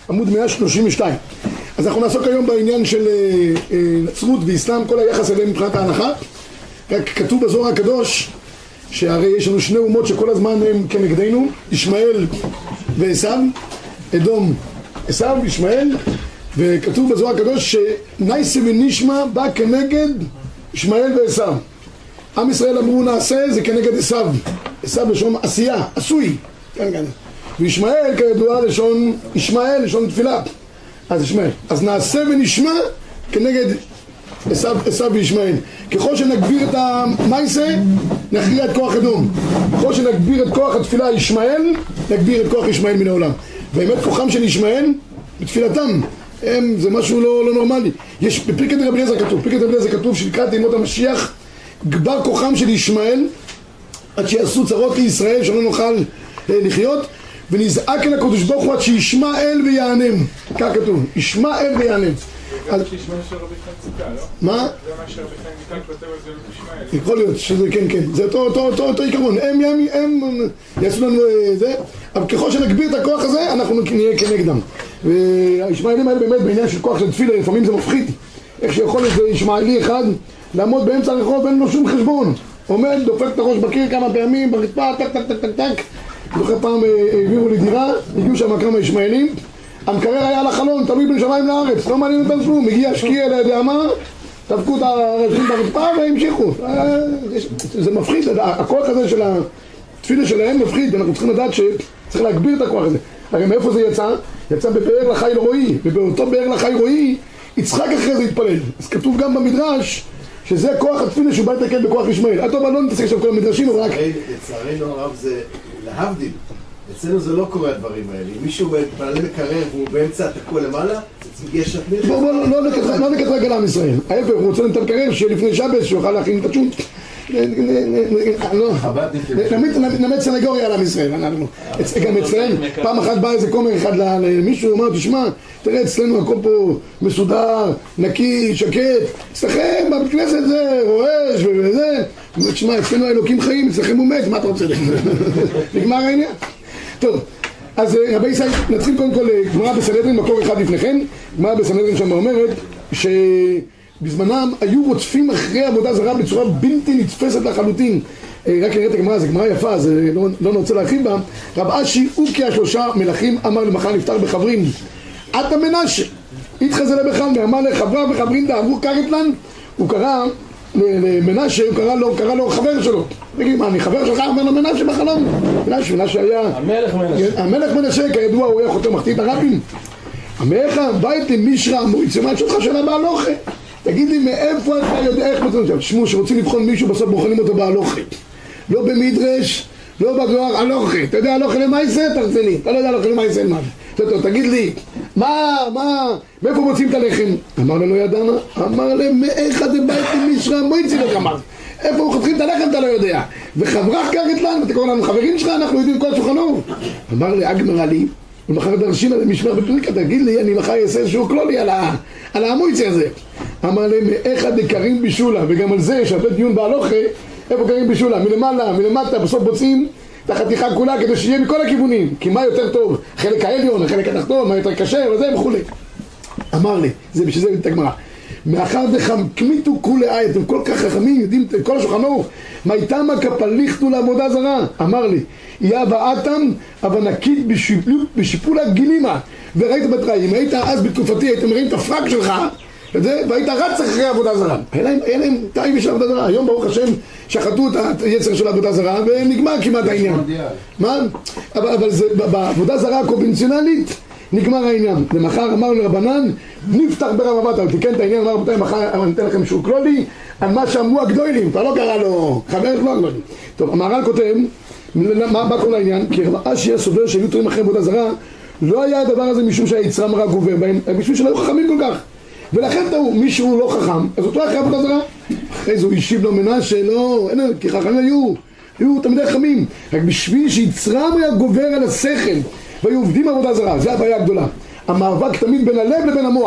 עמוד 132. אז אנחנו נעסוק היום בעניין של נצרות ואסלאם, כל היחס אליהם מבחינת ההלכה. רק כתוב בזוהר הקדוש שהרי יש לנו שני אומות שכל הזמן הם כנגדנו, ישמעאל ועשיו, אדום, עשיו, ישמעאל, וכתוב בזוהר הקדוש שנייסה ונשמע בא כנגד ישמעאל ועשיו. עם ישראל אמרו נעשה, זה כנגד עשיו. עשיו לשון עשייה, עשוי. כן, כן. וישמעאל כידוע לשון ישמעאל, לשון תפילה. אז ישמעאל. אז נעשה ונשמע כנגד עשיו וישמעאל. ככל שנגביר את המייסה, נכריע את כוח אדום. ככל שנגביר את כוח התפילה ישמעאל, נגביר את כוח ישמעאל מן העולם. באמת כוחם של ישמעאל בתפילתם זה משהו לא נורמלי. יש בפרקת רבי אליעזר כתוב, בפרקת רבי אליעזר כתוב שלקראת ימות המשיח גבר כוחם של ישמעאל עד שיעשו צרות לישראל שלא נוכל לחיות, ונזעק אל הקדוש ברוך הוא עד שישמע אל ויענם. כך כתוב, ישמע אל ויענם. גם שישמע של רבי חיים ציקה, לא? מה? זה מה שרבי חיים ציקה כותב על זה ישמע אל. יכול להיות שזה כן, זה אותו עיקרון. הם יעשו לנו זה, אבל ככל שנגביר את הכוח הזה אנחנו נהיה כנגדם. והישמעאלים האלה באמת בעניין של כוח של תפילה לפעמים זה מפחיד. איך שיכול איזה ישמעאלי אחד לעמוד באמצע הרחוב ואין לו שום חשבון, עומד, דופק את הראש בקיר כמה פעמים ברצפה, טק. זוכר פעם העבירו לי דירה, הגיעו שם כמה ישמעאלים, המקרר היה על החלון, תלוי בין שמיים לארץ, לא מעניין אותם שום, הגיע השקיע לידי אמר, דפקו את הראשים ברצפה והמשיכו. זה מפחיד, הכוח הזה של התפילה שלהם מפחיד, אנחנו צריכים לדעת שצריך להגביר את הכוח הזה. הרי מאיפה זה יצא? יצא בבאר לחי רועי, ובאותו באר לחי רועי יצחק אחרי זה התפלל. אז כתוב גם במדרש שזה כוח התפילה שהוא בא לתקן בכוח ישמעאל. טוב, לא נתעסק שם כל המדרשים, אבל רק... לצערנו הרב זה להבדיל. אצלנו זה לא קורה הדברים האלה. אם מישהו מתפלל מקרר והוא באמצע תקוע למעלה, יש שתמיד... בואו לא נקט רגע לעם ישראל. ההפך, הוא רוצה לנתן מקרר שיהיה לפני שבס, שיוכל להכין את השו"ת. נמד סנגוריה על עם ישראל. גם אצלנו, פעם אחת בא איזה כומר אחד למישהו, הוא אמר, תשמע, תראה אצלנו הכל פה מסודר, נקי, שקט, אצלכם בבית כנסת זה רועש וזה, תשמע, אצלנו האלוקים חיים, אצלכם הוא מת, מה אתה רוצה? נגמר העניין. טוב, אז רבי ישראל, נתחיל קודם כל גמרא בסנהדרין, מקור אחד לפניכם. גמרא בסנהדרין שם אומרת שבזמנם היו רודפים אחרי עבודה זרה בצורה בלתי נתפסת לחלוטין. רק נראה את הגמרא, זו גמרא יפה, אז לא נרצה להרחיב בה. רב אשי אוקי השלושה מלכים אמר למחר נפטר בחברים, אתה מנשה התחזה לבחם ואמר לחברה וחברים דאמרו קרתלן. הוא קרא למנשה, הוא קרא לו חבר שלו. תגיד, מה, אני חבר שלך? אומר לו מנשה בחלום. מנשה היה המלך מנשה, כידוע הוא היה חותם מחתית הרבים. המלך בית למישרא מויצמן שלך שלה בהלוכה. תגיד לי מאיפה אתה יודע איך מצאנו שם? תשמעו, שרוצים לבחון מישהו בסוף בוחנים אותו בהלוכה, לא במדרש, לא בגוהר, הלוכה. אתה יודע הלוכה למעשה? תרצני, אתה לא יודע הלוכה למעשה מה זה. תגיד לי, מאיפה מוצאים את הלחם? אמר לו לא ידענו. אמר להם מאיכה זה בית למישרא מויצמן אמר, איפה הוא חותכים את הלחם אתה לא יודע. וחברך קראת לנו, אתה קורא לנו חברים שלך, אנחנו יודעים כל שולחנו. אמר לי אגמר לי, ומחר דרשים על משמר בפריקה, תגיד לי, אני מחר אעשה שיעור כלולי על המויצי הזה. אמר להם מאיכה דקרים בישולה, וגם על זה יש הרבה דיון בהלוכה, איפה קרים בישולה, מלמעלה, מלמטה, בסוף בוצעים את החתיכה כולה כדי שיהיה מכל הכיוונים, כי מה יותר טוב, החלק העליון, החלק התחתון, מה יותר קשה, וזה וכו'. אמר לי, זה בשביל זה את הגמרא, מאחר דחמקמיתו כולי אי, אתם כל כך חכמים, יודעים כל השולחן ערוך, מה איתם הכפליכתו לעבודה זרה? אמר לי, יא ואתם אבל נקית בשיפולה גילימה. וראית בתראים, אם היית אז בתקופתי, הייתם מראים את הפרק שלך והיית רץ אחרי עבודה זרה. היה להם טעים של עבודה זרה. היום ברוך השם שחטו את היצר של עבודה זרה ונגמר כמעט העניין. מה? אבל זה בעבודה זרה הקונבנציונלית נגמר העניין. למחר אמר לרבנן נפתח ברב אבטה, תיקן את העניין, אמר רבותיי, מחר אני אתן לכם שיעור כלולי על מה שאמרו הגדולים, כבר לא קרא לו חבר, לא הגדולים. טוב, המהר"ל כותב, מה כל העניין? כי רב אשי הסובר שהיו טועים אחרי עבודה זרה, לא היה הדבר הזה משום שהיצרם רע גובר בהם, משום שלא היו חכמים כל כך. ולכן טעו, מישהו לא חכם, אז אותו אחרי עבודה זרה. אחרי זה הוא השיב לו מנשה, לא, כי חכמים היו תלמידי חכמים, רק בשביל שיצרם היה גובר על השכל, והיו עובדים עבודה זרה, זה הבעיה הגדולה. המאבק תמיד בין הלב לבין המוח.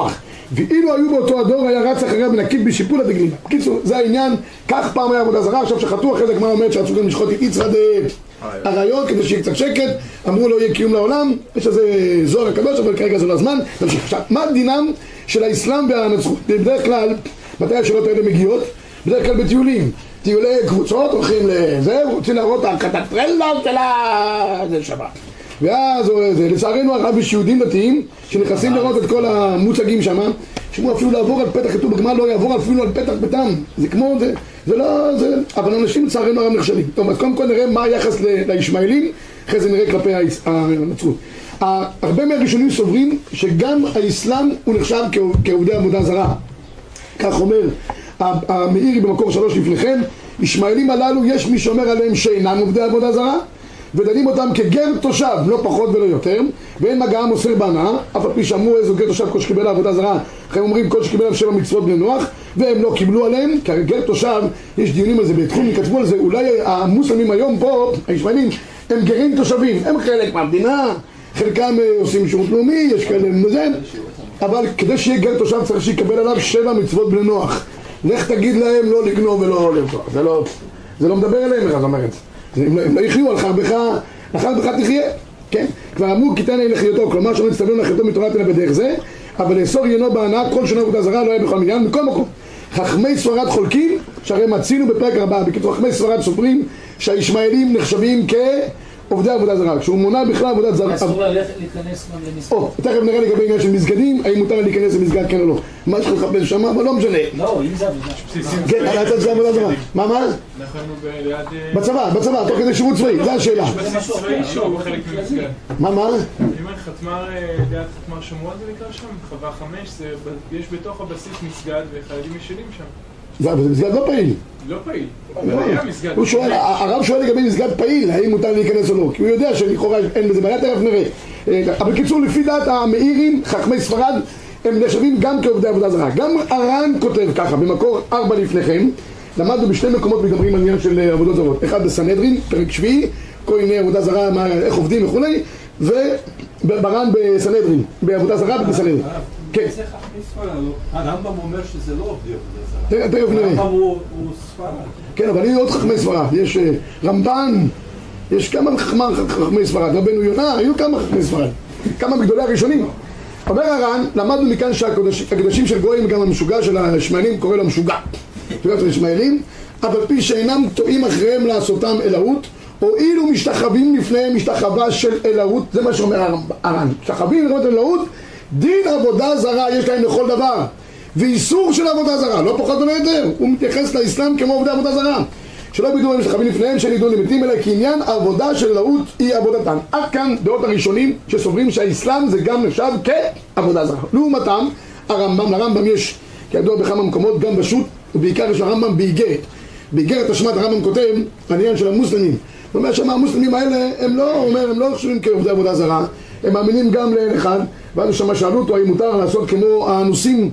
ואילו היו באותו הדור היה רץ אחריה ונקיט בשיפול הדגלים. בקיצור, זה העניין, כך פעם היה עבודה זרה, עכשיו שחטו אחרי זה, כמו אומרת שרצו גם לשחוט את יצחק הרעיות כדי שיהיה קצת שקט, אמרו לו יהיה קיום לעולם, יש איזה זוהר הקדוש, אבל כרגע זה לא הזמן. עכשיו, מה דינם של האסלאם והנצרות? בדרך כלל, מתי השאלות האלה מגיעות? בדרך כלל בטיולים, טיולי קבוצות, הולכים לזה, רוצים להראות הקטטרלה של שבת. ואז לצערנו הרב יש יהודים דתיים שנכנסים לראות את כל המוצגים שם, שמעו אפילו לעבור על פתח, כתוב בגמרא לא יעבור אפילו על פתח ביתם, זה כמו זה לא זה, אבל אנשים לצערנו הרב נכשלים. טוב, אז קודם כל נראה מה היחס לישמעאלים, אחרי זה נראה כלפי הנצרות. הרבה מהראשונים סוברים שגם האסלאם הוא נחשב כעובדי עבודה זרה, כך אומר המאירי במקור 3 לפניכם. ישמעאלים הללו יש מי שאומר עליהם שאינם עובדי עבודה זרה ודנים אותם כגר תושב, לא פחות ולא יותר, ואין מגעם אוסר בהנאה, אף על פי שאמרו איזו גר תושב כל שקיבל עבודה זרה, אחרי אומרים כל שקיבל 7 מצוות בני נוח, והם לא קיבלו עליהם, כי גר תושב, יש דיונים על זה בתחום, כתבו על זה, אולי המוסלמים היום פה, הישמעאלים, הם גרים תושבים, הם חלק מהמדינה, חלקם עושים שירות לאומי, יש כאלה מזה, אבל כדי שיהיה גר תושב צריך שיקבל עליו 7 מצוות בני נוח. לך תגיד להם לא לגנוב ולא לרצוח, זה לא מדבר אליהם, זאת אומרת. הם לא יחיו על חרבך תחיה, כן? כבר אמרו כי תן לחיותו, כלומר שלא נצטווינו לחיותו מתורת אלא בדרך זה, אבל לאסור עניינו בהנאה כל שנה עבודה זרה לא היה בכל מניין, מכל מקום. חכמי ספרד חולקים, שהרי מצינו בפרק 4, בקיצור חכמי ספרד סופרים שהישמעאלים נחשבים כעובדי עבודה זרה, כשהוא מונה בכלל עבודת זרה. אסור ללכת להיכנס למסגד. תכף נראה לגבי עניין של מסגדים, האם מותר להיכנס למסגד כן או לא. מה יש לך לחפש שם, אבל לא משנה. לא, אם זה עבודה. כן, אתה זה עבודה זרה. מה? בצבא, תוך כדי שירות צבאי, זו השאלה. בסיס צבאי שהוא חלק ממסגד. מה? אני אומר, חתמר, ליד חתמר שמוע זה נקרא שם, חווה 5, יש בתוך הבסיס מסגד וחיילים ישנים שם. זה מסגד לא פעיל. לא פעיל, אבל היה מסגד. הרב שואל לגבי מסגד פעיל, האם מותר להיכנס או לא, כי הוא יודע שלכאורה אין בזה בעיה, תכף נראה. אבל בקיצור, לפי דעת המאירים, חכמי ספרד, הם נחשבים גם כעובדי עבודה זרה. גם הר"ן כותב ככה, במקור 4 לפניכם, למדנו בשני מקומות מדברים על עניין של עבודות זרות. אחד בסנהדרין, פרק 7, כל ענייני עבודה זרה, איך עובדים וכולי, ובר"ן בסנהדרין, בעבודה זרה ובסנהדרין. כן. זה חכמי ספרד, הרמב"ם אומר שזה לא עובדי עבודה זרה. תכף נראה. הרמב"ם הוא ספרד. כן, אבל היו עוד חכמי ספרד, יש רמב"ן, יש כמה חכמי ספרד, רבנו יונה, היו כמה חכמי ספרד, כמה מגדולי הראשונים. אומר הר"ן, למדנו מכאן שהקדושים של גויים, גם המשוגע של הישמעאלים קורא לו משוגע. משוגע של הישמעאלים, אבל פי שאינם טועים אחריהם לעשותם אלוהות, הואילו משתחווים לפניהם משתחווה של אלוהות, זה מה שאומר הר"ן. משתחווים לראות אלוהות, דין עבודה זרה יש להם לכל דבר, ואיסור של עבודה זרה, לא פחות ולא יותר. הוא מתייחס לאסלאם כמו עובדי עבודה זרה, שלא בידעו הם משתחווים לפניהם, שנידעו למתים, אלא כי עניין העבודה של אלוהות היא עבודתן. עד כאן דעות הראשונים שסוברים שהאסלאם זה גם נחשב כעבודה זרה. לעומתם, לרמב"ם יש כידוע בכמה מקומות, גם בשו"ת, ובעיקר יש לרמב"ם באיגרת. באיגרת השמעת הרמב"ם כותב על העניין של המוסלמים. הוא אומר שמה המוסלמים האלה הם לא חושבים כעובדי עבודה זרה, הם מאמינים גם לאל אחד. ואז שמה שאלו אותו האם מותר לעשות כמו האנוסים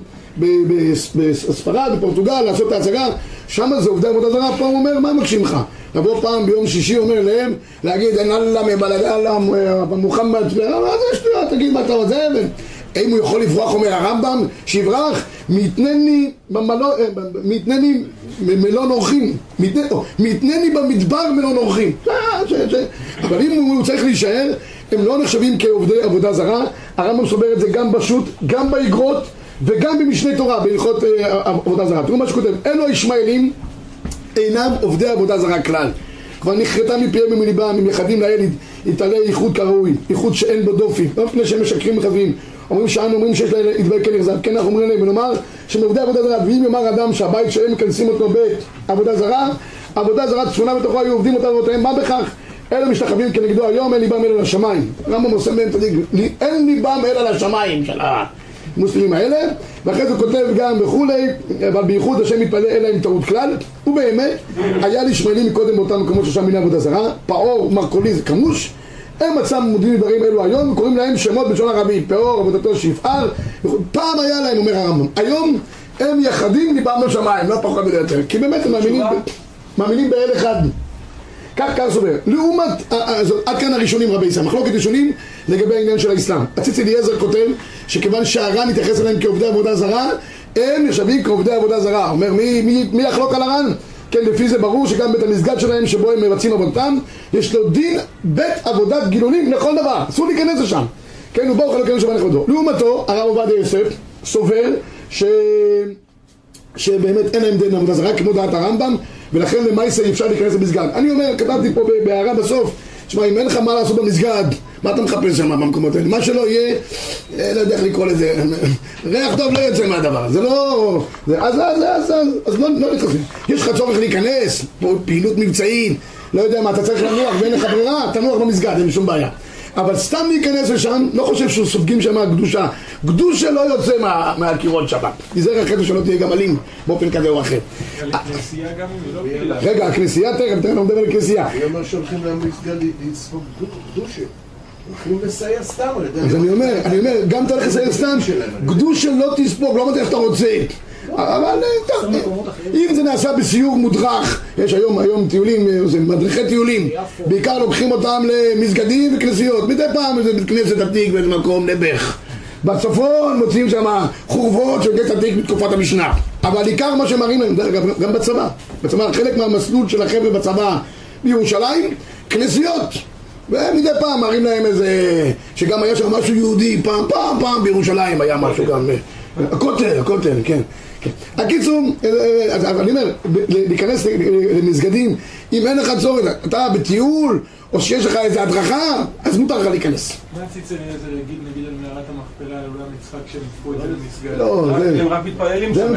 בספרד, בפורטוגל, לעשות את ההצגה, שם זה עובדי עבודה זרה. פה הוא אומר, מה מקשים לך? לבוא פעם ביום שישי, אומר להם, להגיד, אין אללה מבלגלה, מוחמד, מה זה שטויות, תגיד מה אתה רוצה, האם הוא יכול לברוח, אומר הרמב"ם, שיברח, מתנני מלון אורחים, מתנני במדבר מלון אורחים. אבל אם הוא צריך להישאר, הם לא נחשבים כעובדי עבודה זרה. הרמב"ם סובר את זה גם בשו"ת, גם באיגרות וגם במשנה תורה, בהלכות עבודה זרה. תראו מה שכותב, אלו הישמעאלים אינם עובדי עבודה זרה כלל. כבר נחרטה מפיהם ומליבם, הם יחדים לאל יתעלה ייחוד כראוי, ייחוד שאין בו דופי, לא מפני שהם משקרים וחזבים. אומרים שאנו אומרים שיש לה יתבהר כן יחזב, כן אנחנו אומרים להם ונאמר שהם עובדי עבודה זרה. ואם יאמר אדם שהבית שהם מכנסים אותו בית עבודה זרה, עבודה זרה צפונה בתוכו היו עובדים אותם ואותיהם, מה בכך? אלה משתחווים כנגדו היום, אין ליבם אלא לשמיים. רמב"ם עושה מהם תדיק, אין ליבם אלא לשמיים של המוסלמים האלה. ואחרי זה כותב גם וכולי, אבל בייחוד השם מתפלא אלא עם טעות כלל. ובאמת היה לישמעאלים מקודם באותם מקומות ששם מיני עבודה זרה, פאור, מרקולי זה כמוש. הם מצאו מודיעים דברים אלו היום וקוראים להם שמות בלשון הרבים, פאור, עבודתו שיפעל. פעם היה להם, אומר הרמב"ם, היום הם יחדים ליבם לשמיים, לא פחות ולא יותר, כי באמת הם מאמינים באל אחד. כך סובר. לעומת, עד כאן הראשונים רבי ישראל, מחלוקת ראשונים לגבי העניין של האסלאם. הציץ אליעזר כותב שכיוון שהר"ן התייחס אליהם כעובדי עבודה זרה, הם נחשבים כעובדי עבודה זרה. אומר, מי יחלוק על הר"ן? כן, לפי זה ברור שגם בית המסגד שלהם שבו הם מבצעים עבודתם, יש לו דין בית עבודת גילונים לכל דבר, אסור להיכנס לשם. כן, ובואו חלוקנו שמה נכבדו. לעומתו, הרב עובדיה יוסף סובר שבאמת אין להם דין עבודה זרה, כמו דעת הרמב"ם, ולכן למעשה אי אפשר להיכנס למסגד. אני אומר, כתבתי פה בהערה בסוף, תשמע, אם אין לך מה לעשות במסגד, מה אתה מחפש שם במקומות האלה? מה שלא יהיה, לא יודע איך לקרוא לזה, ריח טוב לא יוצא מהדבר, זה לא... אז לא נכנסים. יש לך צורך להיכנס, פעילות מבצעית, לא יודע מה, אתה צריך לנוח ואין לך ברירה, תנוח במסגד, אין שום בעיה. אבל סתם להיכנס לשם, לא חושב שסופגים שם קדושה. קדושה לא יוצא מהקירות שבת. תיזהר אחרי זה שלא תהיה גם אלים באופן כזה או אחר. הכנסייה גם היא לא פעילה. רגע, הכנסייה תכף, לא מדבר על הכנסייה. היא אומר שהולכים למסגד לספוג קדושה. הולכים לסייר סתם. אז אני אומר, גם אתה הולך לסייר סתם, קדושה לא תספוג, לא מתי איך אתה רוצה. אבל אם זה נעשה בסיור מודרך, יש היום טיולים, מדריכי טיולים, בעיקר לוקחים אותם למסגדים וכנסיות, מדי פעם איזה בית כנסת עתיק באיזה מקום נבח. בצפון מוצאים שם חורבות של בית עתיק בתקופת המשנה, אבל עיקר מה שמראים להם, גם בצבא, חלק מהמסלול של החבר'ה בצבא בירושלים, כנסיות, ומדי פעם מראים להם איזה, שגם היה שם משהו יהודי, פעם בירושלים היה משהו גם, הכותל, כן. הקיצור, אני אומר, להיכנס למסגדים, אם אין לך צורך, אתה בטיול, או שיש לך איזו הדרכה, אז מותר לך להיכנס. מה הציץ אליעזר להגיד, נגיד על מערת המכפלה, על אולם יצחק שהם הפכו את זה למסגד? לא, הם רק מתפללים זה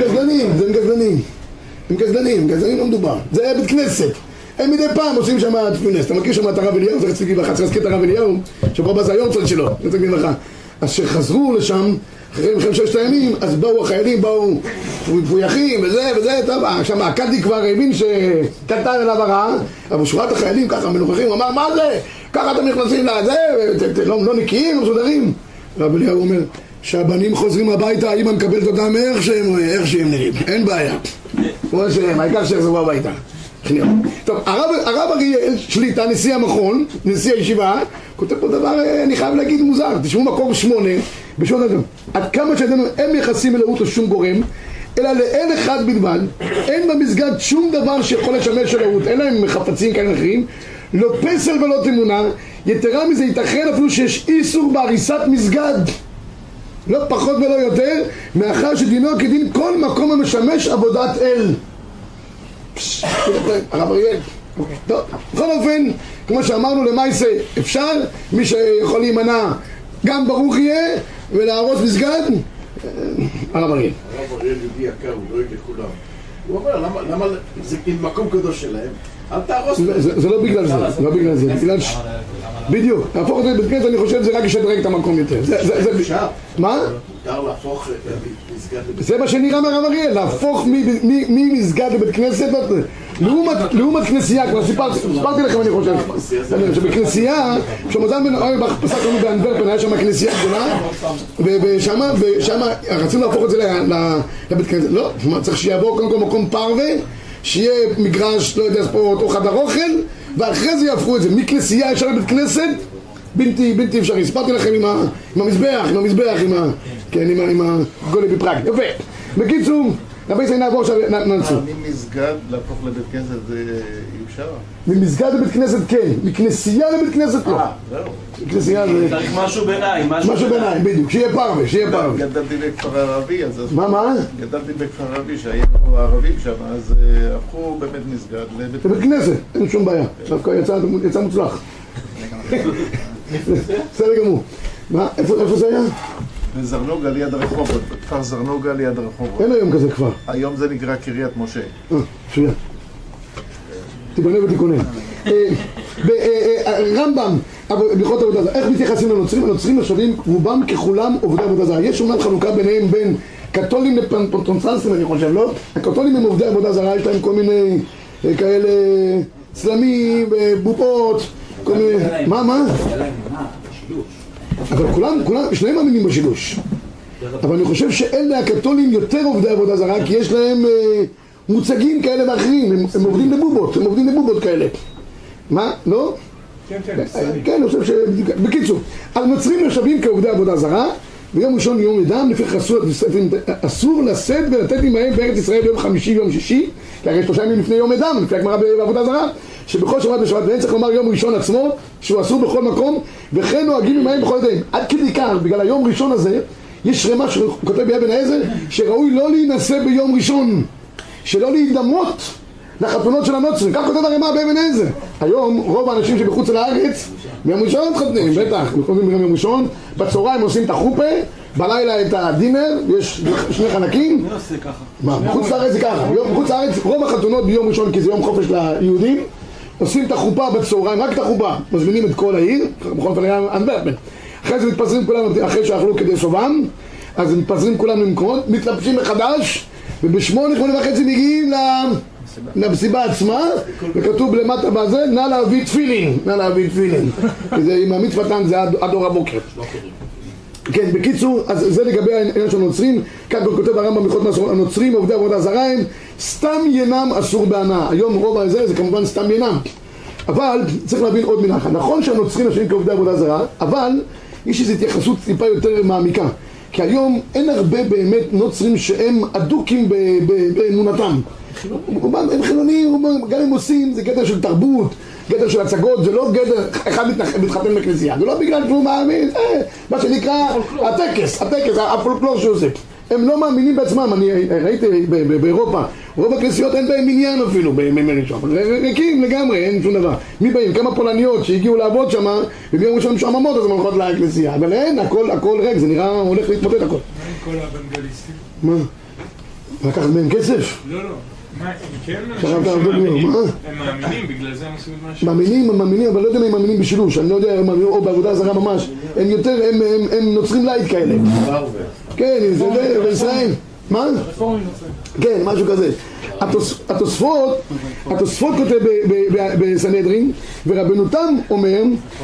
הם גזלנים לא מדובר, זה היה בית כנסת. הם מדי פעם עושים שם תפילין. אתה מכיר שם את הרב אליהו, זה רציתי לך, להזכיר את הרב אליהו, שבו בא זה היורצייט שלו, אני רוצה להגיד לך. אז שחזרו לשם, אחרי מלחמת ששת הימים, אז באו החיילים, באו מפויחים וזה, טוב, שם הקדי כבר הבין שקטן אליו הרע, אבל שורת החיילים ככה מנוכחים, הוא אמר, מה זה? ככה אתם נכנסים לזה, לא נקיים, לא מסודרים. הרב אליהו אומר, שהבנים חוזרים הביתה, האמא מקבלת אותם איך שהם נראים, אין בעיה. כמו שהם, העיקר שיחזרו הביתה. טוב, הרב אריאל שליטה, נשיא המכון, נשיא הישיבה, כותב פה דבר, אני חייב להגיד מוזר. תשמעו מקור 8 בשעות הזה. עד כמה שידינו הם יחסים אלוהות לשום גורם, אלא לאל אחד בלבד, אין במסגד שום דבר שיכול לשמש אלוהות, אין להם חפצים כאלה אחרים, לא פסל ולא תמונה. יתרה מזה, ייתכן אפילו שיש איסור בהריסת מסגד, לא פחות ולא יותר, מאחר שדינו כדין כל מקום המשמש עבודת אל. הרב אריאל. טוב, בכל אופן, כמו שאמרנו למעשה, אפשר, מי שיכול להימנע גם ברוך יהיה ולהרוס מסגד, הרב אריאל. הרב אריאל יהודי יקר, הוא דואג לכולם. הוא אומר, למה זה מקום קדוש שלהם? אל תהרוס להם. זה לא בגלל זה, בגלל ש... בדיוק, להפוך את זה בית כנסת, אני חושב שזה רק ישדרג את המקום יותר. אפשר? מה? מותר להפוך מסגד לבית כנסת. זה מה שנראה מהרב אריאל, להפוך ממסגד לבית כנסת, לעומת כנסייה, כבר סיפרתי לכם אני חושב, שבכנסייה, כשמזל בן אוי פסק לנו באנדוורפן, היה שם כנסייה גדולה, ושם רצינו להפוך את זה לבית כנסת, לא, צריך שיעבור קודם כל מקום פרווה, שיהיה מגרש, לא יודע, ספורט או חדר אוכל, ואחרי זה יהפכו את זה, מכנסייה ישר לבית כנסת, בלתי אפשרי. הספרתי לכם עם המזבח, עם הגולי בפראג. יפה. בקיצור, רבי ישראל נעבור עכשיו, ננסו. ממסגד להפוך לבית כנסת זה אי אפשר? ממסגד לבית כנסת כן, מכנסייה לבית כנסת לא. זהו. כנסייה זה... צריך משהו ביניים. משהו ביניים, בדיוק, שיהיה פרווה. גדלתי בכפר ערבי, אז... מה? גדלתי בכפר ערבי, שהיינו ערבים שם, אז הפכו באמת מסגד לבית כנסת, אין שום בעיה. דווקא יצא מוצלח. בסדר גמור. מה? איפה זה היה? בזרנוגה ליד הרחובות, בכפר זרנוגה ליד הרחובות. אין היום כזה כפר. היום זה נקרא קריית משה. שוויה. תיבנה ותיקונן. רמב"ם, בהלכות עבודה זרה, איך מתייחסים לנוצרים? הנוצרים נחשבים רובם ככולם עובדי עבודה זרה. יש אומנם חלוקה ביניהם בין קתולים לפרוטסטנטים, אני חושב, לא? הקתולים הם עובדי עבודה זרה, יש להם כל מיני כאלה צלמים, בובות, כל מיני... מה? אבל כולם, שניהם מאמינים בשילוש. אבל אני חושב שאלה הקתולים יותר עובדי עבודה זרה, כי יש להם מוצגים כאלה ואחרים, הם עובדים בבובות כאלה. מה? לא? כן, כן, אני חושב ש... בקיצור, הנוצרים נחשבים כעובדי עבודה זרה, ויום ראשון יום אדם, לפי אסור לשאת ולתת עמהם בארץ ישראל ביום חמישי ויום שישי, כי הרי 3 ימים לפני יום אדם, לפי הגמרא בעבודה זרה, שבכל שבת ושבת ואין צריך לומר יום ראשון עצמו, שהוא אסור בכל מקום, וכן נוהגים עמהם בכל ידיים. עד כדי כך, בגלל היום ראשון הזה, יש רמה שהוא כותב באבן העזר, שראוי לא להינשא ביום ראשון, שלא להידמות לחתונות של הנוצרים. כך כותב הרמ"א באבן העזר. היום רוב האנשים שבחוץ לארץ ביום ראשון מתחתנים, בטח, מתחתנים ביום ראשון, בצהריים עושים את החופה, בלילה את הדינר, יש 2 חלקים. מי עושה ככה? מה, בחוץ לארץ זה ככה. בחוץ לארץ רוב החתונות ביום ראשון, כי זה יום חופש ליהודים, עושים את החופה בצהריים, רק את החופה, מזמינים את כל העיר, בכל פעם היה אנטוורפן. אחרי זה מתפזרים כולם, אחרי שאכלו כדי סובם, אז מתפזרים כולם למקומות, מתלבשים מחדש, וב8:30 מגיעים למסיבה עצמה, וכתוב למטה בזה, נא להביא תפילין, נא להביא תפילין. כי עם המצוותן זה עד אור הבוקר. כן, בקיצור, אז זה לגבי העניין של הנוצרים. כאן כותב הרמב"ם בהלכות מעשרות, הנוצרים עובדי עבודה זרה הם סתם ינם אסור בהנאה. היום רוב הזה זה כמובן סתם ינם. אבל צריך להבין עוד מילה אחת. נכון שהנוצרים נחשבים כעובדי עבודה זרה, אבל יש איזו התייחסות טיפה יותר מעמיקה. כי היום אין הרבה באמת נוצרים שהם אדוקים באמונתם. הם חילונים, גם הם עושים, זה גדר של תרבות, גדר של הצגות, זה לא גדר, אחד מתחתן בכנסייה, זה לא בגלל שהוא מאמין, מה שנקרא הטקס, הפולקלור שהוא עושה. הם לא מאמינים בעצמם. אני ראיתי באירופה, רוב הכנסיות אין בהם עניין אפילו בימי ראשון, ריקים לגמרי, אין שום דבר. מי באים? כמה פולניות שהגיעו לעבוד שם, וביום ראשון משועממות אז הם הולכות לכנסייה, אבל אין, הכל ריק, זה נראה הולך להתמוטט הכל. מה עם כל האוונגליסטים? מה? לקחת מהם כסף? לא. מה, כן אנשים שמאמינים, הם מאמינים, בגלל זה הם עושים את מה שהם מאמינים, אבל לא יודע אם הם מאמינים בשילוש, אני לא יודע, או בעבודה זרה ממש, הם יותר, הם נוצרים לייט כאלה. כן, זה בישראל. מה? כן, משהו כזה. התוספות כותב בסנהדרין, ורבנותם אומר,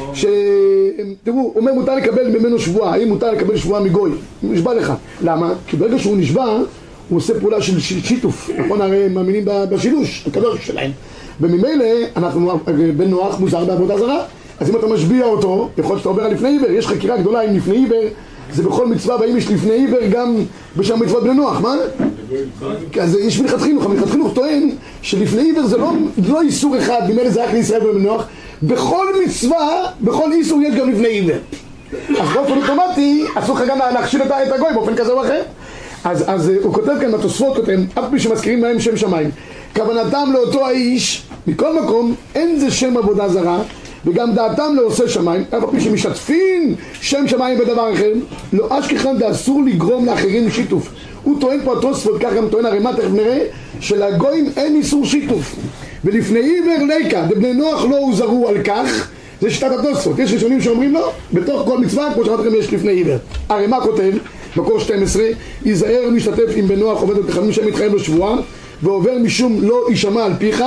תראו, אומר מותר לקבל ממנו שבועה, האם מותר לקבל שבועה מגוי? נשבע לך. למה? כי ברגע שהוא נשבע, הוא עושה פעולה של שיתוף, נכון? הרי הם מאמינים בשילוש הקדוש שלהם, וממילא אנחנו בן נוח מוזר בעבודה זרה. אז אם אתה משביע אותו, יכול להיות שאתה עובר על לפני עיוור. יש חקירה גדולה עם לפני עיוור, זה בכל מצווה, והאם יש לפני עיוור גם בשם מצוות בני נוח, מה? אז יש מלכת חינוך, המלכת חינוך טוען שלפני עיוור זה לא איסור אחד, ממילא זה רק לישראל ובני נוח, בכל מצווה, בכל איסור יש גם לפני עיוור. אז באופן אוטומטי אסור לך גם להכשיל את הגוי באופן כזה או אחר. אז הוא כותב כאן בתוספות, אף פי שמזכירים להם שם שמיים, כוונתם לאותו האיש, מכל מקום אין זה שם עבודה זרה, וגם דעתם לעושה שמיים, אף פי שמשתפים שם שמיים בדבר אחר, לא אשכחן דאסור לגרום לאחרים שיתוף. הוא טוען פה התוספות, כך גם טוען הרמ"א, תכף נראה, שלגויים אין איסור שיתוף, ולפני עיוור ליקה, דבני נוח לא הוזהרו על כך. זה שיטת התוספות. יש ראשונים שאומרים לא, בתוך כל מצווה, כמו שאמרתי לכם, יש לפני עיוור. הרמ"א כותב מקור 12, ייזהר משתתף עם בן נוח עובד בתחמים שהם מתחייב לו שבועה, ועובר משום לא יישמע על פיך,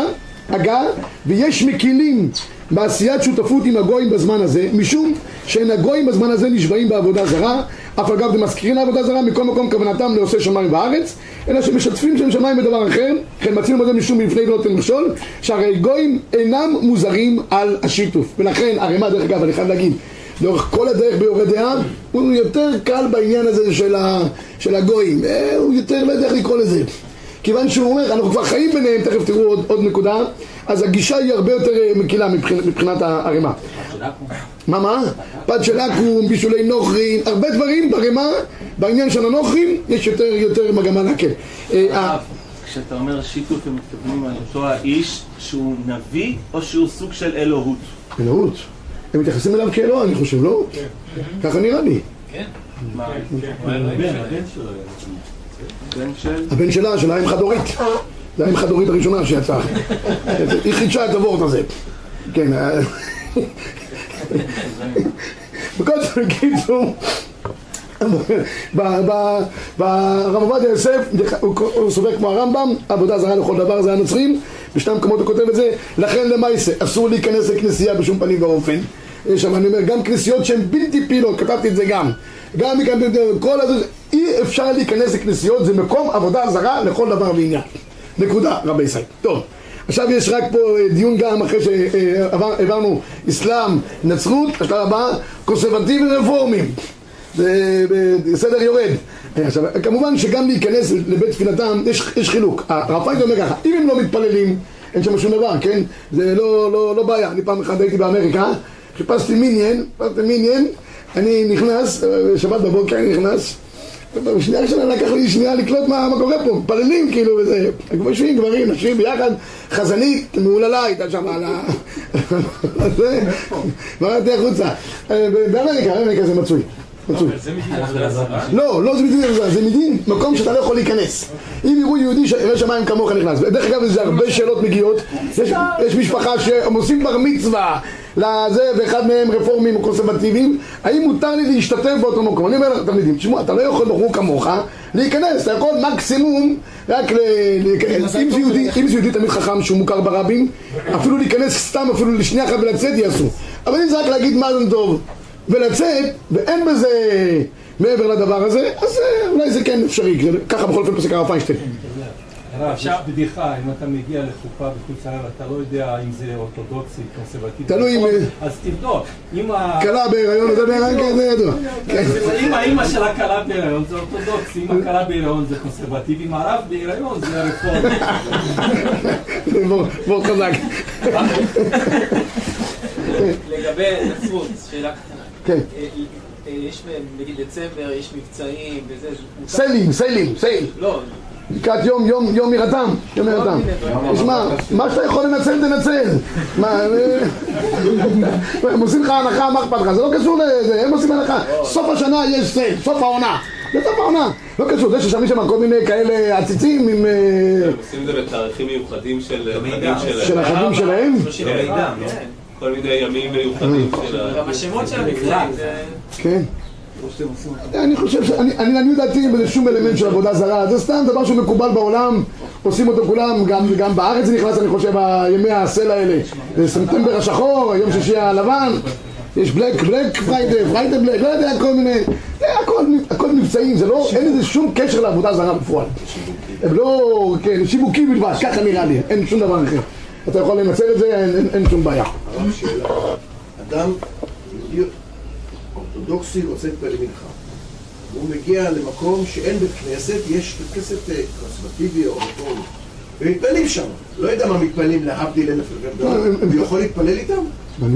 ויש מקילים בעשיית שותפות עם הגויים בזמן הזה, משום שאין הגויים בזמן הזה נשבעים בעבודה זרה, אף אגב דמזכירים לעבודה זרה, מכל מקום כוונתם לעושה שמיים בארץ, אלא שמשתפים שם שמיים בדבר אחר, כן מצינו בזה משום מלפני לא תן מכשול, שהרי גויים אינם מוזרים על השיתוף. ולכן הרמ"א, דרך אגב, אני חייב להגיד, לאורך כל הדרך ביורה דעה, הוא יותר קל בעניין הזה של הגויים, הוא יותר לא יודע איך לקרוא לזה, כיוון שהוא אומר, אנחנו כבר חיים ביניהם, תכף תראו עוד נקודה, אז הגישה היא הרבה יותר מקילה מבחינת הרמ"א. מה? פד של אקום, בישולי נוכרים, הרבה דברים ברמ"א, בעניין של הנוכרים, יש יותר מגמה להקל. כשאתה אומר שיתוף, הם מתכוונים על אותו האיש שהוא נביא, או שהוא סוג של אלוהות? אלוהות. הם מתייחסים אליו כאלוה, אני חושב, לא? ככה נראה לי. כן? הבן שלה, של האם חד-הורית. זה האם חד-הורית הראשונה שיצאה. היא חידשה את הוורט הזה. כן. בכל זאת, קיצור, ברב עובדיה יוסף, הוא סובר כמו הרמב"ם, עבודה זרה לכל דבר, זה הנוצרים, בשני מקומות הוא כותב את זה, לכן למעשה, אסור להיכנס לכנסייה בשום פנים ואופן. שם אני אומר, גם כנסיות שהן בלתי פעילות, כתבתי את זה גם מכאן, כל הזה, אי אפשר להיכנס לכנסיות, זה מקום עבודה זרה לכל דבר ועניין. נקודה, רבי ישראל. טוב, עכשיו יש רק פה דיון גם אחרי שעברנו אסלאם, נצרות, השלב הבא, קונסרבטיבים ורפורמים. זה בסדר יורד. עכשיו, כמובן שגם להיכנס לבית תפילתם יש חילוק. הרב פיינשטיין אומר ככה, אם הם לא מתפללים, אין שם שום דבר, כן? זה לא בעיה. אני פעם אחת הייתי באמריקה, חיפשתי מיניאן, אני נכנס, שבת בבוקר אני נכנס, בשנייה ראשונה לקח לי שנייה לקלוט מה קורה פה, מתפללים כאילו וזה, יושבים גברים, נשים ביחד, חזנית מעוללה הייתה שם על ה... ברדתי החוצה. באמריקה זה מצוי. זה מדין עבודה זרה? לא, זה מדין עבודה, זה מדין מקום שאתה לא יכול להיכנס. אם יראו יהודי שירא שמיים כמוך נכנס. דרך אגב, זה הרבה שאלות מגיעות. יש משפחה שהם עושים בר מצווה לזה, ואחד מהם רפורמים או קונסרבטיביים. האם מותר לי להשתתף באותו מקום? אני אומר לתלמידים, תשמעו, אתה לא יכול בחור כמוך להיכנס, אתה יכול מקסימום רק להיכנס. אם זה יהודי תמיד חכם שהוא מוכר ברבים, אפילו להיכנס סתם, אפילו לשנייה אחת ולצאת יעשו. אבל אם זה רק להגיד מה זה טוב ולצאת, ואין בזה מעבר לדבר הזה, אז אולי זה כן אפשרי, ככה בכל אופן פסק הרב פיינשטיין. הרב, יש בדיחה, אם אתה מגיע לחופה בחוץ לארץ, אתה לא יודע אם זה אורתודוקסי, קונסרבטיבי, תלוי אם... אז תבדוק. קלה בהיריון, זה בהיריון, זה ידוע. אם האמא שלה קלה בהיריון זה אורתודוקסי, אם הקלה בהיריון זה קונסרבטיבי, אם הרב בהיריון זה רפורמי. בוא חזק. לגבי נצרות, שאלה קטנה. כן. יש נגיד דצמבר, יש מבצעים וזה... סיילים. לא. לקראת יום ירתם. תשמע, מה שאתה יכול לנצל, תנצל. הם עושים לך הנחה, מה אכפת לך? זה לא קשור לזה, הם עושים הנחה. סוף השנה יש סייל, סוף העונה. זה סוף העונה. לא קשור, זה ששם שם כל מיני כאלה עציצים עם... הם עושים את זה בתאריכים מיוחדים של החגים שלהם? כל מיני ימים מיוחדים של... גם השמות של המבצעים זה... כן. אני חושב אני דעתי בזה שום אלמנט של עבודה זרה, זה סתם דבר שהוא מקובל בעולם, עושים אותו כולם, גם בארץ זה נכנס, אני חושב, הימי הסל האלה, זה ספטמבר השחור, יום שישי הלבן, יש בלק פריידי בלק, לא יודע, כל מיני, הכל מבצעים, זה לא, אין לזה שום קשר לעבודה זרה בפועל, הם לא, כן, שיווקי בלבד, ככה נראה לי, אין שום דבר אחר, אתה יכול לנצל את זה, אין שום בעיה. הרב שאלה, אדם אורתודוקסי רוצה להתפלל מנחה. הוא מגיע למקום שאין בית כנסת, יש בית כנסת קונסרבטיבי או רפורמי. ומתפללים שם. לא יודע מה מתפללים להבדיל אלף אלף. הוא יכול להתפלל איתם? אני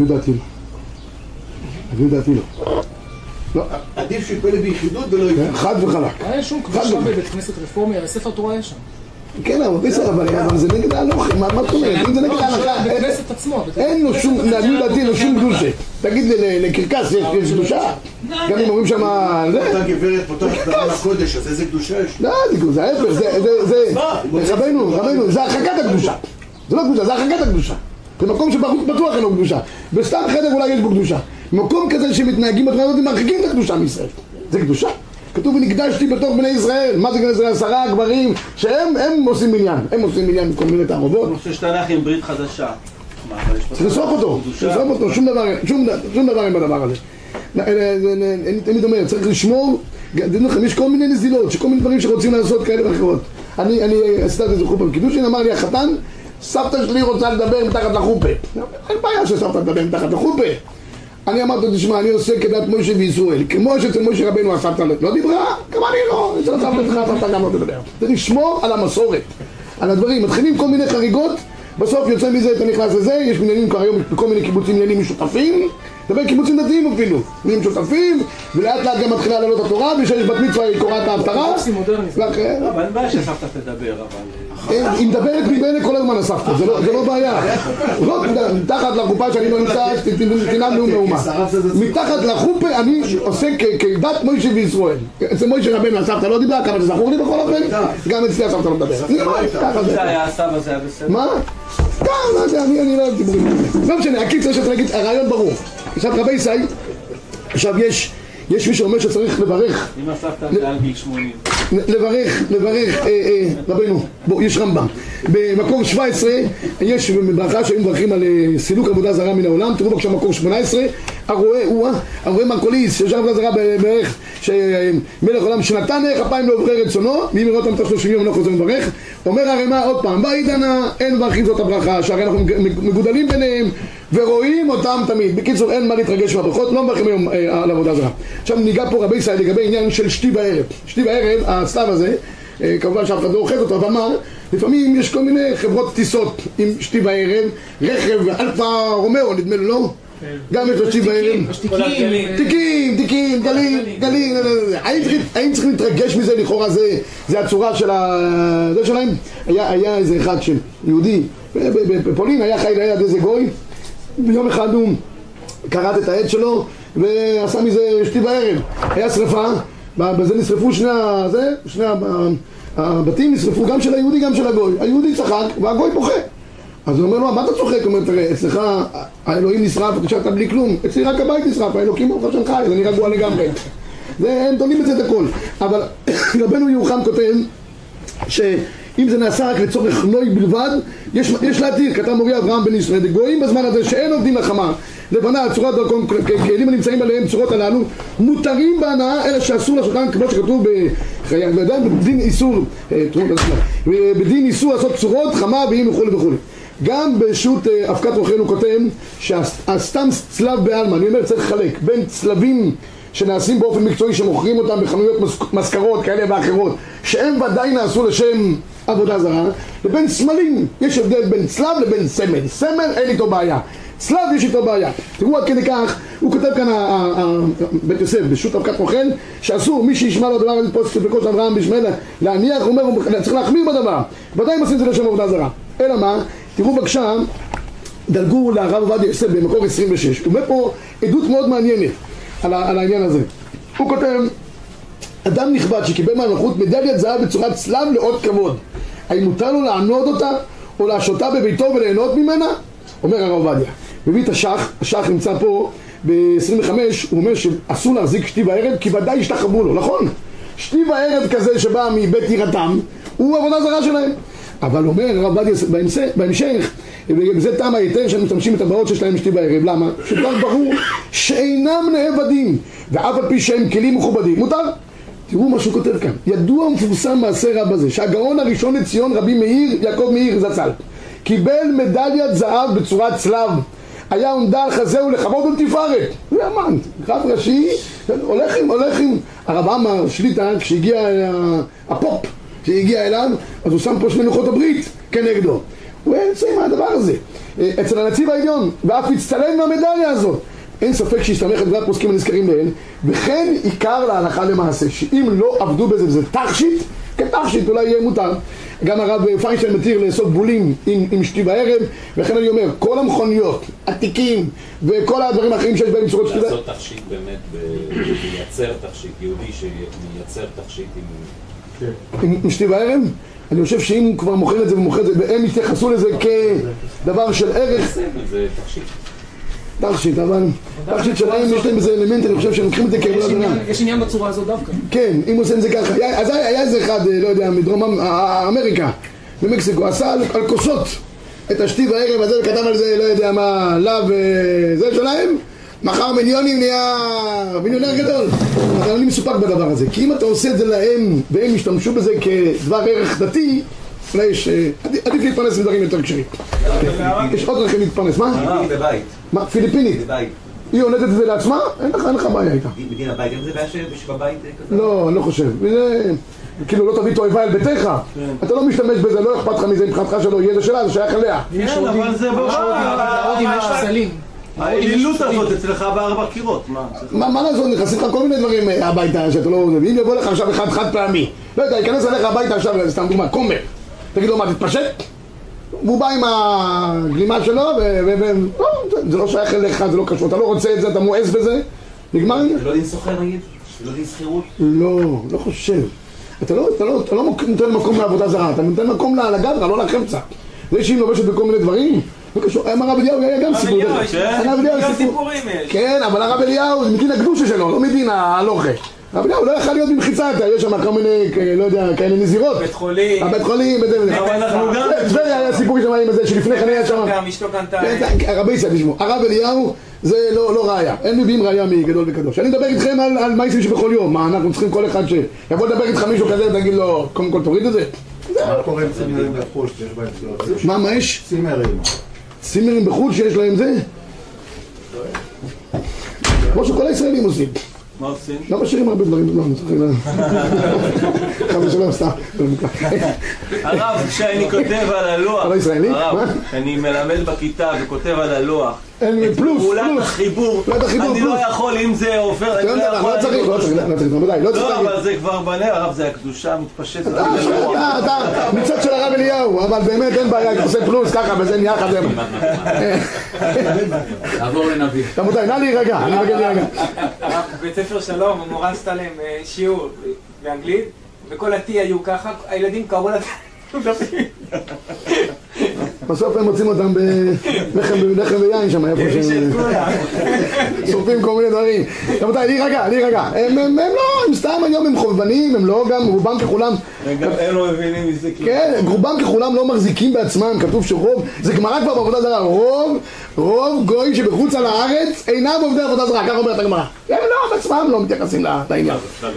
יודעתי לא. עדיף שיתפלל ביחידות ולא איתם. חד וחלק. היה שום קבוצה בבית כנסת רפורמי, על הספר תורה יש שם. כן, אבל זה נגד ההלכה, מה זאת אומרת? אם זה נגד ההלכה, בכנסת עצמו. אין לו שום, לעניות דעתי, לו שום קדושה. תגיד לקרקס, יש קדושה? גם אם אומרים שם... אותה גברת פותחת דבר לקודש, אז איזה קדושה יש? לא, זה ההפך, זה... רבנו, זה הרחקת הקדושה. זה לא קדושה, זה הרחקת הקדושה. זה מקום שבטוח אין לו קדושה. בסתם חדר אולי יש בו קדושה. מקום כזה שמתנהגים בתורה הזאת, מרחיקים את הקדושה מישראל. זה קדושה. כתוב ונקדשתי בתוך בני ישראל. מה זה בני ישראל? 10 גברים שהם עושים מניין. הם עושים מניין בכל מיני תערובות. אני חושב שאתה הלך עם ברית חדשה. צריך לשרוף אותו, שום דבר אין בדבר הזה. אני תמיד אומר, צריך לשמור, יש כל מיני נזילות, כל מיני דברים שרוצים לעשות כאלה ואחרות. אני עשיתי את זה חופה בקידושין, אמר לי החתן, סבתא שלי רוצה לדבר מתחת לחופה. אין בעיה שסבתא תדבר מתחת לחופה. אני אמרתי, תשמע, אני עושה כדת מוישה וישראל, כמו שאצל מוישה רבנו הסבתא לא דיברה, גם אני לא, אצל הסבתא גם לא תדבר. צריך לשמור על המסורת, על הדברים, מתחילים כל מיני חריגות, בסוף יוצא מזה, אתה נכנס לזה, יש עניינים כבר היום בכל מיני קיבוצים עניינים משותפים, דבר קיבוצים דתיים אפילו, עניינים משותפים, ולאט לאט גם מתחילה לעלות התורה, ושיש בת מצווה היא קוראת ההפטרה. אבל אין בעיה שסבתא תדבר, אבל... היא מדברת ממני כל הזמן הסבתא, זה לא בעיה. מתחת לחופה שאני לא נמצא, תנאם נאום מאומה. מתחת לחופה אני עושה כדת מוישה וישראל. אצל מוישה רבנו הסבתא לא דיברה, כמה שזכור לי בכל אופן, גם אצלי הסבתא לא מדברת. זה היה הסבא, זה היה בסדר. מה? לא יודע, אני לא דיבורים. לא משנה, הקיצר שאתה להגיד, הרעיון ברור. עכשיו רבי סי, עכשיו יש מי שאומר שצריך לברך. אם הסבתא זה על גיל 80. לברך, רבינו. בוא, יש רמב"ם. במקור 17 יש ברכה שהיו מברכים על סילוק עבודה זרה מן העולם. תראו בבקשה מקור 18, הרואה מרקוליס שישר עבודה זרה בערך שמלך עולם שנתן ערך אפיים לעוברי רצונו, ואם יראה אותם תוך 30 יום לא חוזר מברך. אומר הרמ"א עוד פעם, בעידנא אין מברכים זאת הברכה, שהרי אנחנו מגודלים ביניהם ורואים אותם תמיד. בקיצור, אין מה להתרגש מהברכות, לא מברכים היום על עבודה זרה. עכשיו ניגע פה רבי ישראל לגבי עניין של שתי בערב. שתי בערב, הסתיו הזה, כמובן שאף אחד לא אוחז אותו, אבל מה? לפעמים יש כל מיני חברות טיסות עם שתי בערב, רכב אלפה רומאו, נדמה לי, לא? גם יש לו שתי בערב. תיקים, גלים. האם צריכים להתרגש מזה לכאורה? זה הצורה של זה שלהם? היה איזה אחד של יהודי בפולין, היה חי ליד איזה גוי, ביום אחד הוא קראת את העד שלו ועשה מזה שתי בערב. היה שריפה, בזה נשרפו שני הבתים נשרפו, גם של היהודי גם של הגוי. היהודי צחק והגוי בוכה. אז הוא אומר לו, מה אתה צוחק? הוא אומר, תראה, אצלך האלוהים נשרף, כשאתה בלי כלום. אצלי רק הבית נשרף, האלוקים ברוך השם חי, אז אני רגוע לגמרי. הם תולים את זה את הכל. אבל רבנו ירוחם כותב שאם זה נעשה רק לצורך נוי בלבד, יש להתיר, כתב מורי אברהם בן ישראל, גויים בזמן הזה שאין עובדים לחמה, לבנה, צורת דרכון, כלים הנמצאים עליהם, צורות הללו, מותרים בהנאה, אלא שאסור לשותן, כמו שכתוב בדין איסור לעשות צורות, חמה ואם וכו'. גם בשו"ת אבקת רוחל הוא כותב שהסתם צלב בעלמא, אני אומר צריך לחלק בין צלבים שנעשים באופן מקצועי שמוכרים אותם בחנויות מזכרות כאלה ואחרות שהם ודאי נעשו לשם עבודה זרה, לבין סמלים. יש הבדל בין צלב לבין סמל. סמל אין איתו בעיה, צלב יש איתו בעיה. תראו עד כדי כך, הוא כותב כאן בית יוסף בשו"ת אבקת רוחל שאסור מי שישמע לו הדבר הזה פוסק בקודש אברהם בשמעאל להניח, הוא אומר צריך להחמיר בדבר, ודאי עושים את זה לשם עבודה זרה. אלא מה? תראו בבקשה, דלגו לרב עובדיה יוסף במקור 26. הוא אומר פה עדות מאוד מעניינת על העניין הזה. הוא כותב, אדם נכבד שקיבל מהמלכות מדליית זהב בצורת צלב לאות כבוד, האם מותר לו לענוד אותה או להשותה בביתו וליהנות ממנה? אומר הרב עובדיה. מביא את השח נמצא פה ב-25, הוא אומר שאסור להחזיק שתי בערב כי ודאי ישתחוו לו, נכון? שתי בערב כזה שבא מבית ירתם הוא עבודה זרה שלהם. אבל אומר הרב עובדיה בהמשך, וזה טעם היתר שהם משתמשים את הבאות שיש להם שתי בערב. למה? שכבר ברור שאינם נאבדים ואף על פי שהם כלים מכובדים מותר. תראו מה שהוא כותב כאן, ידוע ומפורסם מעשה רב הזה שהגאון הראשון לציון רבי מאיר, יעקב מאיר זצ"ל, קיבל מדליית זהב בצורת צלב, היה עומדה על חזהו לכבוד ולתפארת. זה אמן, רב ראשי הולך עם הרב עמאר שליטה, כשהגיע הפופ שהגיע אליו, אז הוא שם פה שני לוחות הברית כנגדו. הוא יצא עם הדבר הזה אצל הנציב העליון, ואף הצטלם מהמדליה הזאת. אין ספק שהסתמך את דברי הפוסקים הנזכרים להן, וכן עיקר להלכה למעשה, שאם לא עבדו בזה וזה תכשיט, כתכשיט אולי יהיה מותר. גם הרב פיינשטיין מתיר לאסוף בולים עם שתי בערב, וכן אני אומר, כל המכוניות, התיקים וכל הדברים האחרים שיש בהם צורות שתי בערב. לעשות תכשיט באמת, לייצר תכשיט, יהודי שמייצר תכשיט עם שתי בערב? אני חושב שאם הוא כבר מוכר את זה ומוכר את זה, והם יתייחסו לזה כדבר של ערך. זה תכשיט. תכשיט, אבל תכשיט שלהם יש להם איזה אלמנט, אני חושב שהם לוקחים את זה כעבודה זרה. יש עניין בצורה הזאת דווקא. כן, אם עושים את זה ככה. אז היה איזה אחד, לא יודע, מדרום אמריקה, במקסיקו, עשה על כוסות את השתי בערב הזה, וכתב על זה, לא יודע מה, לאו זה שלהם, מחר מיליונים נהיה מיליונר גדול. אבל אני מסופק בדבר הזה, כי אם אתה עושה את זה להם, והם ישתמשו בזה כדבר ערך דתי, אולי יש, עדיף להתפרנס לדברים יותר קשרים. יש עוד דרכים להתפרנס, מה? בבית. מה? פיליפינית? בבית. היא עונדת את זה לעצמה? אין לך בעיה איתה. בדין הבית, גם זה בעיה שבבית כזה? לא, אני לא חושב. כאילו לא תביא תועבה אל ביתך. אתה לא משתמש בזה, לא אכפת לך מזה, מבחינתך שלא יהיה זה שלה, זה שייך אליה. כן, אבל זה להודים יש פסלים. האלילות הזאת אצלך בארבע קירות. מה לעשות? נכנסים לך כל מיני דברים הביתה שאתה לא... ואם יבוא לך עכשיו אחד חד פעמי, לא יודע, ייכנס עליך הביתה עכשיו, סתם דוגמה, כומר. תגיד לו מה, תתפשט? והוא בא עם הגלימה שלו זה לא שייך אליך, זה לא קשור, אתה לא רוצה את זה, אתה מואס בזה, נגמר? זה לא דין סוחר נגיד? זה לא דין סחירות? לא חושב. אתה לא נותן מקום לעבודה זרה, אתה נותן מקום לגדרה, לא לחמצה. זה שהיא לובשת בכל מיני דברים, לא קשור. הרב אליהו היה גם סיפור. הרב אליהו סיפורים יש. כן, אבל הרב אליהו זה מדין הקדושה שלו, לא מדין ההלוכה. אבל הוא לא יכול להיות במחיצה, יש שם כל מיני, לא יודע, כאלה נזירות. בית חולים. הבית חולים, אבל אנחנו גם... טבריה היה סיפור שם עם זה, שלפני כן היה שם... אשתו קנתה... רבי ישראל, תשמעו, הרב אליהו זה לא ראיה, אין מביאים ראיה מגדול וקדוש. אני מדבר איתכם על מייסים שבכל יום, מה אנחנו צריכים כל אחד שיבוא לדבר איתך מישהו כזה ותגיד לו, קודם כל תוריד את זה? מה קורה עם צימרים בחו"ל שיש בהם תפילות? מה יש? צימרים. צימרים בחו"ל שיש להם זה? כמו שכל הישראלים עושים. מה עושים? לא משאירים הרבה דברים, לא, אני צריך חבר שלום, סתם. הרב, כשאני כותב על הלוח, על הישראלי? הרב, כשאני מלמד בכיתה וכותב על הלוח, פלוס, פעולת החיבור, אני לא יכול, אם זה עובר, אני לא יכול... לא צריך, רבותיי, לא צריך. לא, אבל זה כבר בנה, הרב, זה הקדושה מתפשטת. אתה מצד של הרב אליהו, אבל באמת אין בעיה, אתה עושה פלוס ככה וזה נהיה חד לעבור לנביא. רבותיי, נא להירגע, אני מבקש להירגע. בבית ספר שלום, המורה עשתה להם שיעור באנגלית, וכל עתי היו ככה, הילדים קראו לדפים. בסוף הם מוצאים אותם בלחם ויין שם, איפה שהם שורפים כל מיני דברים. רבותיי, להירגע. הם לא, הם סתם היום הם חובבנים, הם לא גם, רובם ככולם... וגם הם לא מבינים מזה כאילו. כן, רובם ככולם לא מחזיקים בעצמם, כתוב שרוב, זה גמרא כבר בעבודה זרה, רוב גוי שבחוץ על הארץ אינם עובדי עבודה זרה, כך אומרת הגמרא. הם לא, בעצמם לא מתייחסים לעניין.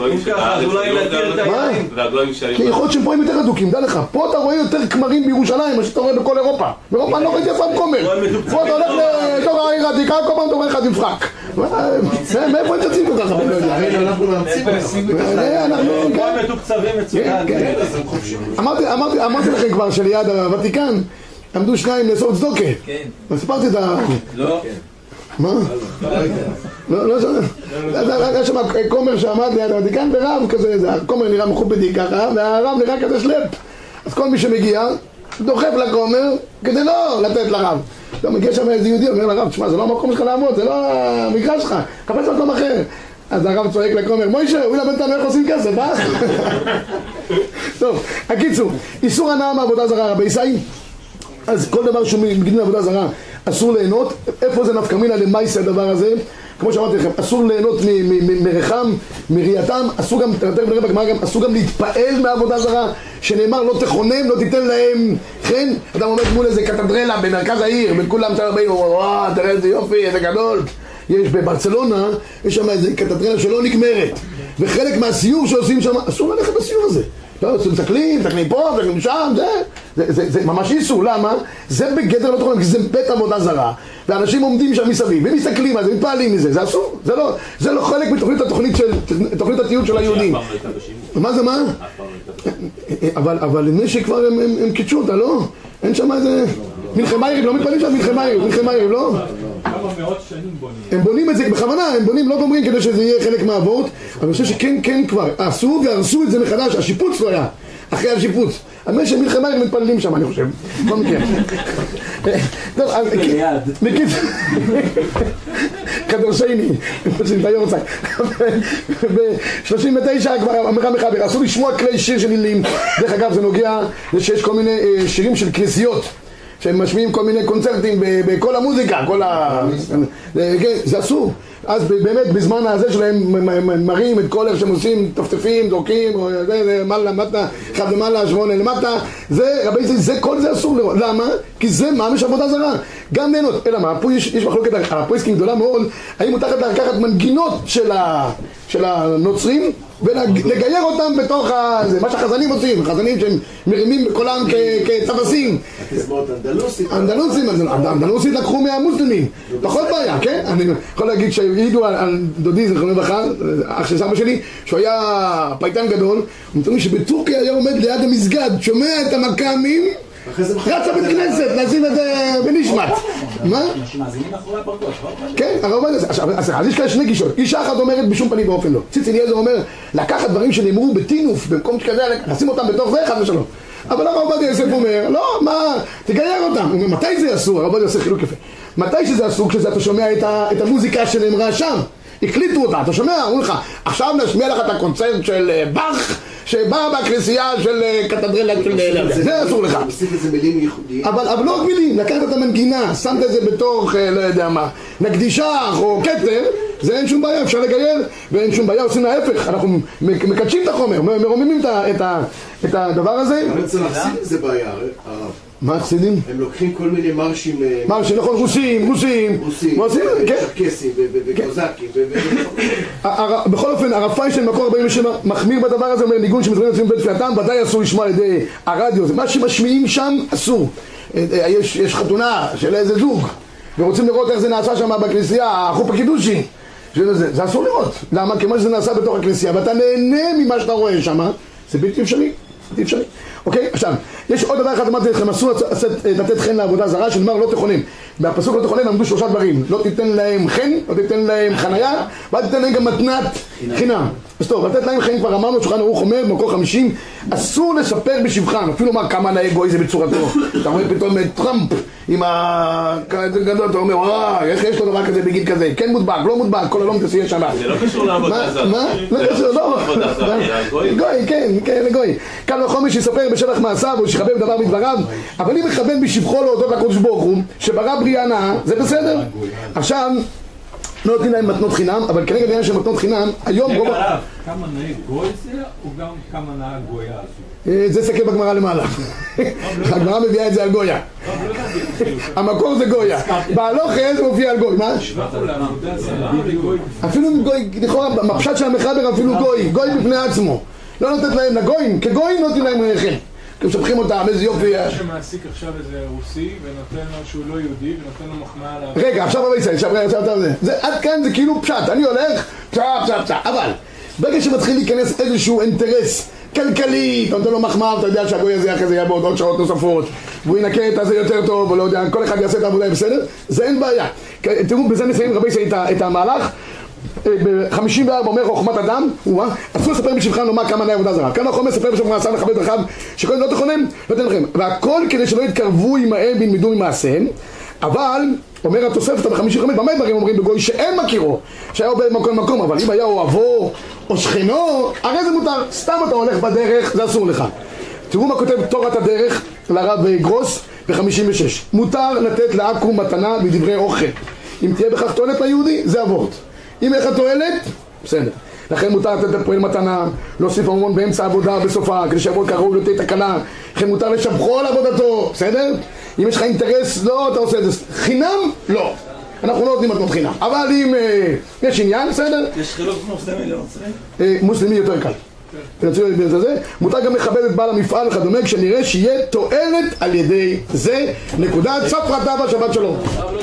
כי יכול להיות שהם פה הם יותר אדוקים, דע לך, פה אתה רואה יותר כמרים בירושלים, מה שאתה רואה בכל אירופה. באירופה אני לא ראיתי אף פעם כומר. פה אתה הולך לתוך העיר העתיקה, כל פעם אתה רואה אחד עם פרק. מאיפה הם תציגו ככה? אנחנו מאמצים פה הם מתוקצבים מצוין. אמרתי לכם כבר שליד הוותיקן עמדו שניים לאסור צדוקה. כן. אז סיפרתי את ה... לא. מה? לא שם. היה שם כומר שעמד ליד הוותיקן ורב כזה, הכומר נראה מכובדי ככה והרב נראה כזה שלפ. אז כל מי שמגיע דוחף לכומר כדי לא לתת לרב. לא מגיע שם איזה יהודי, אומר לרב, תשמע, זה לא המקום שלך לעמוד, זה לא המגרש שלך, קפץ מקום אחר. אז הרב צועק לכומר, מוישה, הוא ילמד אותנו איך עושים כסף, אה? טוב, הקיצור, איסור הנאה מעבודה זרה, רבי ישראל. אז כל דבר שהוא מגיעים לעבודה זרה, אסור ליהנות. איפה זה נפקא מינה למעשה הדבר הזה? כמו שאמרתי לכם, אסור ליהנות מריחם, מראייתם, אסור גם, אסור גם להתפעל מעבודה זרה, שנאמר לא תכונם, לא תיתן להם חן. אדם עומד מול איזה קתדרלה במרכז העיר, וכולם שם באים, וואו, תראה איזה יופי, איזה גדול. יש בברצלונה, יש שם איזה קתדרלה שלא נגמרת, וחלק מהסיור שעושים שם, אסור ללכת בסיור הזה. לא, מסתכלים פה, מסתכלים שם, זה ממש איסור, למה? זה בגדר לא תכונן, כי זה בית עבודה זרה, ואנשים עומדים שם מסביב, ומסתכלים על זה, מתפעלים מזה, זה אסור, זה לא חלק מתוכנית התיעוד של היהודים. מה זה מה? אבל נשק כבר הם קידשו אותה, לא? אין שם איזה... מלחמה יריב, לא מתפעלים שם מלחמה יריב, לא? כמה מאות שנים בונים. הם בונים את זה בכוונה, הם בונים, לא גומרים כדי שזה יהיה חלק מהאבות, אבל אני חושב שכן כבר, עשו והרסו את זה מחדש, השיפוץ לא היה, אחרי השיפוץ. אני חושב שמלחמה הם מתפללים שם, אני חושב, לא מכיר. טוב, אז... נגיד... כדור שני, עושים את היורצק. ב-39 כבר אמרה מחבר, אסור לשמוע כלי שיר של הילים. דרך אגב, זה נוגע שיש כל מיני שירים של כנסיות, שהם משמיעים כל מיני קונצרטים בכל המוזיקה, זה אסור. אז באמת בזמן הזה שלהם מראים את כל איך שהם עושים, טפטפים, דורקים, מעלה למטה, אחד למעלה, 8 למטה, זה, רבי זה, כל זה אסור לראות. למה? כי זה ממש עבודה זרה. גם נהנות. אלא מה? פה יש מחלוקת, הפויסקים גדולה מאוד, האם מותר לקחת מנגינות של הנוצרים ולגייר אותם בתוך מה שהחזנים עושים, החזנים שהם מרימים בקולם כצבסים. אנדלוסית לקחו מהמוסלמים, פחות בעיה, כן? אני יכול להגיד שהעידו על דודי זכרונו לברכה, אח של סבא שלי, שהוא היה פייטן גדול, ומתארים שבטורקיה היה עומד ליד המסגד, שומע את המקאמים, רץ לבית כנסת, נשים את זה בנשמת. מה? כן, אז יש כאלה שני גישות. אישה אחת אומרת בשום פנים באופן לא. ציצי אליעזר אומר לקחת דברים שנאמרו בטינוף במקום שכזה, לשים אותם בתוך זה, אחד ושלום. אבל הרב עובדיה יוסף אומר, לא, מה, תגייר אותם. הוא אומר, מתי זה אסור? הרב עובדיה יוסף חילוק יפה. מתי שזה אסור? כשאתה שומע את המוזיקה שנאמרה שם. הקליטו אותה, אתה שומע? אמרו לך, עכשיו נשמיע לך את הקונצרט של באך שבא בכנסייה של קתדרלה של... זה אסור לך. אבל לא רק מילים, לקחת את המנגינה, שמת את זה בתוך, לא יודע מה, נקדישך או כתר, זה אין שום בעיה, אפשר לגייר, ואין שום בעיה, עושים להפך, אנחנו מקדשים את החומר, מרוממים את הדבר הזה. אבל אצל החסידים זה בעיה, הרב. מה החסידים? הם לוקחים כל מיני מרשים... מרשים, נכון, רוסים, צ'רקסים וקוזקים בכל אופן, הרב פיינשטיין מקור 47 מחמיר בדבר הזה, אומר ניגון שמזמין עצמם בית תפילתם, ודאי אסור לשמוע על ידי הרדיו, מה שמשמיעים שם אסור. יש חתונה של איזה זוג ורוצים לראות איך זה נעשה שם בכנסייה, החופ הקידושין, זה אסור לראות. למה? כמו שזה נעשה בתוך הכנסייה ואתה נהנה ממה שאתה רואה שם, זה בלתי אפשרי, בלתי אפשרי. אוקיי? עכשיו, יש עוד דבר אחד, אמרתי לכם, אסור לתת חן לעבודה זרה, שנאמר לא תכונן. והפסוק לא תכונן עמדו 3 דברים, לא תיתן להם חן, לא תיתן להם חנייה, ואל תיתן להם גם מתנת חינם. אז טוב, לתת להם חן כבר אמרנו, שולחן ערוך אומר, במקור 50, אסור לספר בשבחם, אפילו מה כמה נאה גוי זה בצורתו. אתה רואה פתאום טראמפ עם הגדול, אתה אומר, איך יש לו דבר כזה בגיל כזה, כן מודבק, לא מודבק, כל הלום תעשייה שם. זה לא קשור לעבודה זרה. מה? לא קשור, לא. גוי, כן, לגוי. כאן לחומר שיספר בשבח מעשיו או שיכבד דבר מדבריו, אבל אם מכוון בשבחו להודות לקדוש ברוך הוא שברא בריאה נאה, זה בסדר. עכשיו לא נותנים להם מתנות חינם, אבל כנגד העניין של מתנות חינם היום רגע הרב, כמה נאה גוי זה או גם כמה נאה גויה הזו? זה סקר בגמרא למעלה. הגמרא מביאה את זה על גויה. המקור זה גויה, בהלוכה זה מופיע על גוי. מה? אפילו גוי, לכאורה בפשט של המחבר אפילו גוי בפני עצמו. לא נותנת להם לגויים, כגויים נותנים להם חן. כי משפחים אותם, איזה יופי. שמעסיק עכשיו איזה רוסי ונותן לו שהוא לא יהודי ונותן לו מחמאה עליו. רגע, עכשיו עד כאן זה כאילו פשט, אני הולך, פשט, אבל ברגע שמתחיל להיכנס איזשהו אינטרס כלכלי, אתה נותן לו מחמאה, אתה יודע שהגוי הזה אחרי זה יהיה בעוד עוד שעות נוספות והוא ינקה את הזה יותר טוב, או לא יודע, כל אחד יעשה את העבודה בסדר, זה אין בעיה. תראו, בזה נסיים רבי את המהלך. ב-54 אומר חוכמת אדם, אסור לספר בשבחם לומר כמה נאה עבודה זרה. כאן החומר ספר בשבחם מעשיו לכבד רחב שכל לא תכונן, לא תן לכם. והכל כדי שלא יתקרבו עמהם וילמדו ממעשיהם. אבל, אומר התוספתא ב-55, במה דברים אומרים בגוי שאין מכירו, שהיה עובד במקום למקום, אבל אם היה אוהבו או שכנו, הרי זה מותר. סתם אתה הולך בדרך, זה אסור לך. תראו מה כותב תורת הדרך לרב גרוס ב-56. מותר לתת לעכו"ם מתנה מדברי אוכל. אם תהיה בכך תועלת ליהודי, זה אבות. אם איך התועלת, בסדר. לכן מותר לתת לפועל מתנה, להוסיף המון באמצע העבודה בסופה, כדי שיעבוד כראוי לא תהיה תקלה. לכן מותר לשבחו על עבודתו, בסדר? אם יש לך אינטרס, לא, אתה עושה את זה. חינם? לא. אנחנו לא נותנים מתנות חינם. אבל אם יש עניין, בסדר? יש חילוק מוסלמי לנוצרי? מוסלמי יותר קל. מותר גם לכבד את בעל המפעל וכדומה, כשנראה שיהיה תועלת על ידי זה. נקודה, סוף פרטיו, שבת שלום.